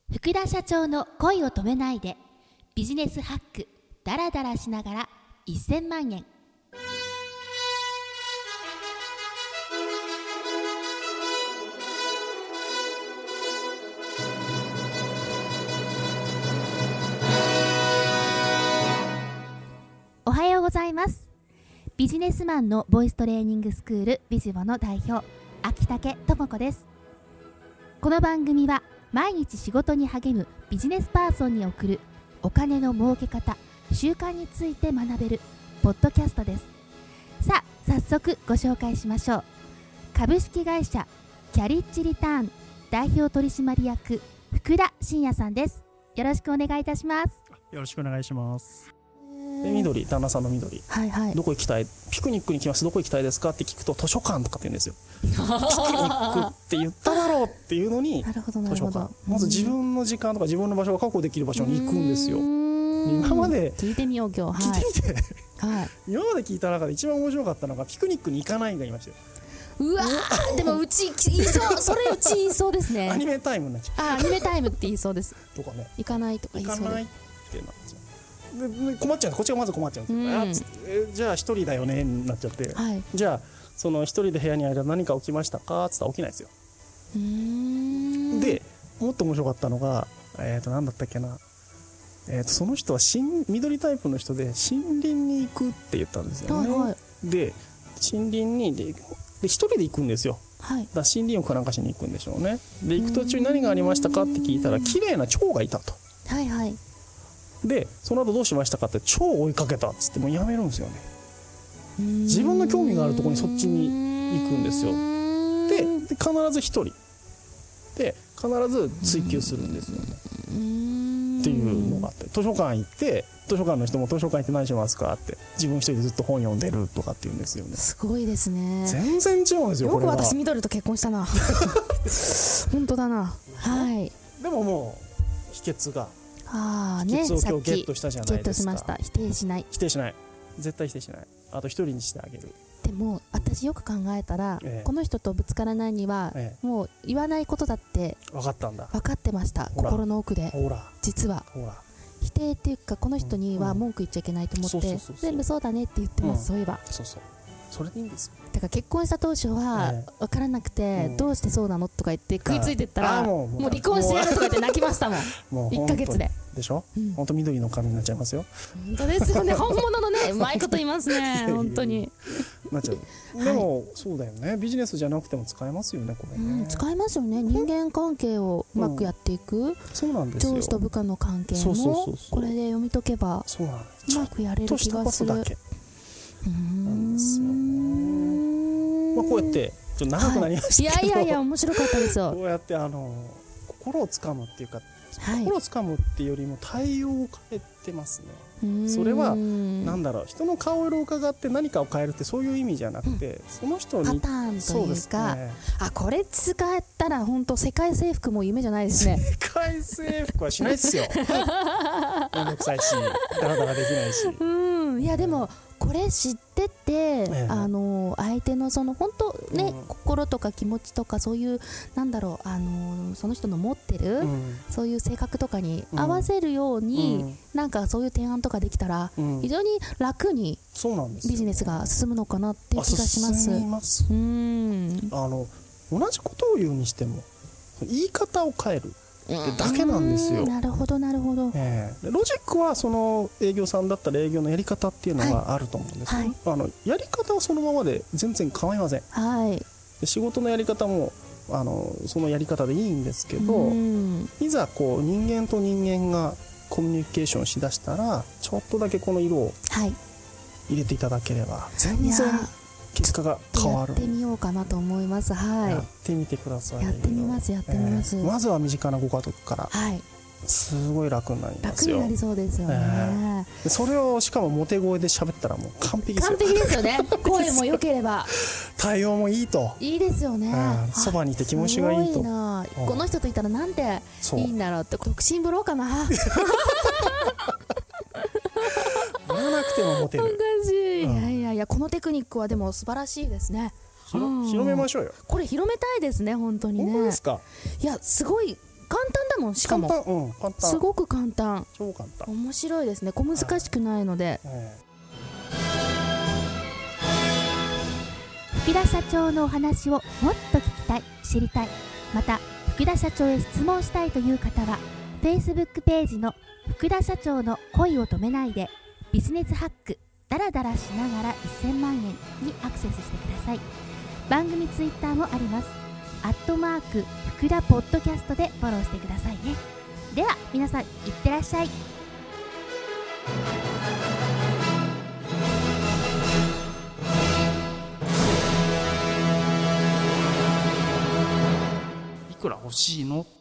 福田社長の恋を止めないでビジネスハックダラダラしながら1000万円。おはようございます。ビジネスマンのボイストレーニングスクールビジボの代表秋竹智子です。この番組は毎日仕事に励むビジネスパーソンに送るお金の儲け方、習慣について学べるポッドキャストです。さあ早速ご紹介しましょう。株式会社キャリッジリターン代表取締役福田真也さんです。よろしくお願いいたします。 よろしくお願いします。緑、旦那さんの緑、 はいはい、 どこ行きたい、ピクニックに来ます、どこ行きたいですかって聞くと図書館とかって言うんですよ。ピクニックって言っただろうっていうのに、 なるほどな図書るほど。 館、まず自分の時間とか自分の場所が確保できる場所に行くんですよ。今まで聞いてみよう今日、 聞いてみて、 はい、 今まで聞いた中で一番面白かったのがピクニックに行かないがいましたよ。 うわーでもうち言いそうそれうち言いそうですね。 アニメタイムになっちゃアニメタイムって言いそうですうとかね、 行かないとか言いそうです。 行かないってなっちゃう。で困っちゃう、こっちがまず困っちゃうんですよ。じゃあ一人だよねになっちゃって、 はい、 じゃあその一人で部屋にいる間何か起きましたかって言ったら起きないですよ。でもっと面白かったのが何だったっけな、その人は緑タイプの人で森林に行くって言ったんですよね。 はいはい、 で森林にで一人で行くんですよ。 はい、 だから森林をかなんかしに行くんでしょうね。で行く途中に何がありましたかって聞いたら綺麗な蝶がいたと。 はいはい、 でその後どうしましたかって蝶を追いかけたっつってもうやめるんですよね。自分の興味があるところにそっちに行くんですよ。で必ず一人で必ず追求するんですよねっていうのがあって、図書館行って図書館の人も図書館行って何しますかって自分一人でずっと本読んでるとかって言うんですよね。 すごいですね。 全然違うんですよ。 よく私緑と結婚したな本当だな。はい、 でももう秘訣が秘ね、 訣を今日ゲットしたじゃないですか。 ゲットしました。否定しない、 否定しない、絶対否定しない。あと一人にしてあげる。 でも私よく考えたら、この人とぶつからないには、もう言わないことだって分かったんだ。 分かってました。心の奥でほら実はほら否定っていうかこの人には文句言っちゃいけないと思って全部そうだねって言ってます、そういえば。 そうそう、それでいいんですよ。 だから結婚した当初は分からなくて、どうしてそうなのとか言って食いついてったら、もう離婚してやるとか言って泣きましたもんもう1ヶ月ででしょ、本当緑の髪になっちゃいますよ。 本当ですよね本物のねうまいこと言いますね本当になっちゃう。でも、そうだよね、ビジネスじゃなくても使えますよねこれね。 使えますよね。人間関係をうまくやっていく、 そうなんですよ。 上司と部下の関係もこれで読み解けばうまくやれる気がする。なんですよね。まあこうやってちょっと長くなりましたけど、 いや面白かったですよ。 こうやって心をつかむっていうか、心をつかむっていうよりも対応を変えてますね。それはなんだろう、人の顔色を伺って何かを変えるってそういう意味じゃなくて、その人にパターンというか、これ使ったら本当世界征服も夢じゃないですね。 世界征服はしないですよめんどくさいしダラダラできないし。 いやでもこれ知ってて、相手のその本当ね、心とか気持ちとかそういうなんだろう、その人の持ってる、そういう性格とかに合わせるように、なんかそういう提案とかできたら、非常に楽にビジネスが進むのかなっていう気がします。 進みます。同じことを言うにしても言い方を変えるだけなんですよ。 なるほどなるほど。 ロジックはその営業さんだったら営業のやり方っていうのがあると思うんですけど、やり方はそのままで全然構いません。で仕事のやり方もそのやり方でいいんですけど、いざこう人間と人間がコミュニケーションしだしたらちょっとだけこの色を入れていただければ全然結果が変わる。 やってみようかなと思います。 やってみてください。 やってみます。 まずは身近なご家族からすごい楽になりますよ。 楽になりそうですよね。 それをしかもモテ声で喋ったらもう完璧ですよ。 完璧ですよね声も良ければ対応もいいといいですよね。 そばにいて気持ちがいいと。 すごいな。この人といたらなんていいんだろうって独身ぶろうかな言わなくてもモテる。 おかしい。いやこのテクニックはでも素晴らしいですね。 広めましょうよ。 これ広めたいですね本当にね。 本当ですか。 いやすごい簡単だだもん。しかも簡単、 すごく簡単、 超簡単、 面白いですね。小難しくないので、福田社長のお話をもっと聞きたい、知りたい、また福田社長へ質問したいという方は Facebook ページの福田社長の恋を止めないでビジネスハックダラダラしながら1000万円にアクセスしてください。番組ツイッターもあります。@福田ポッドキャストでフォローしてくださいね。では皆さん、いってらっしゃい。いくら欲しいの？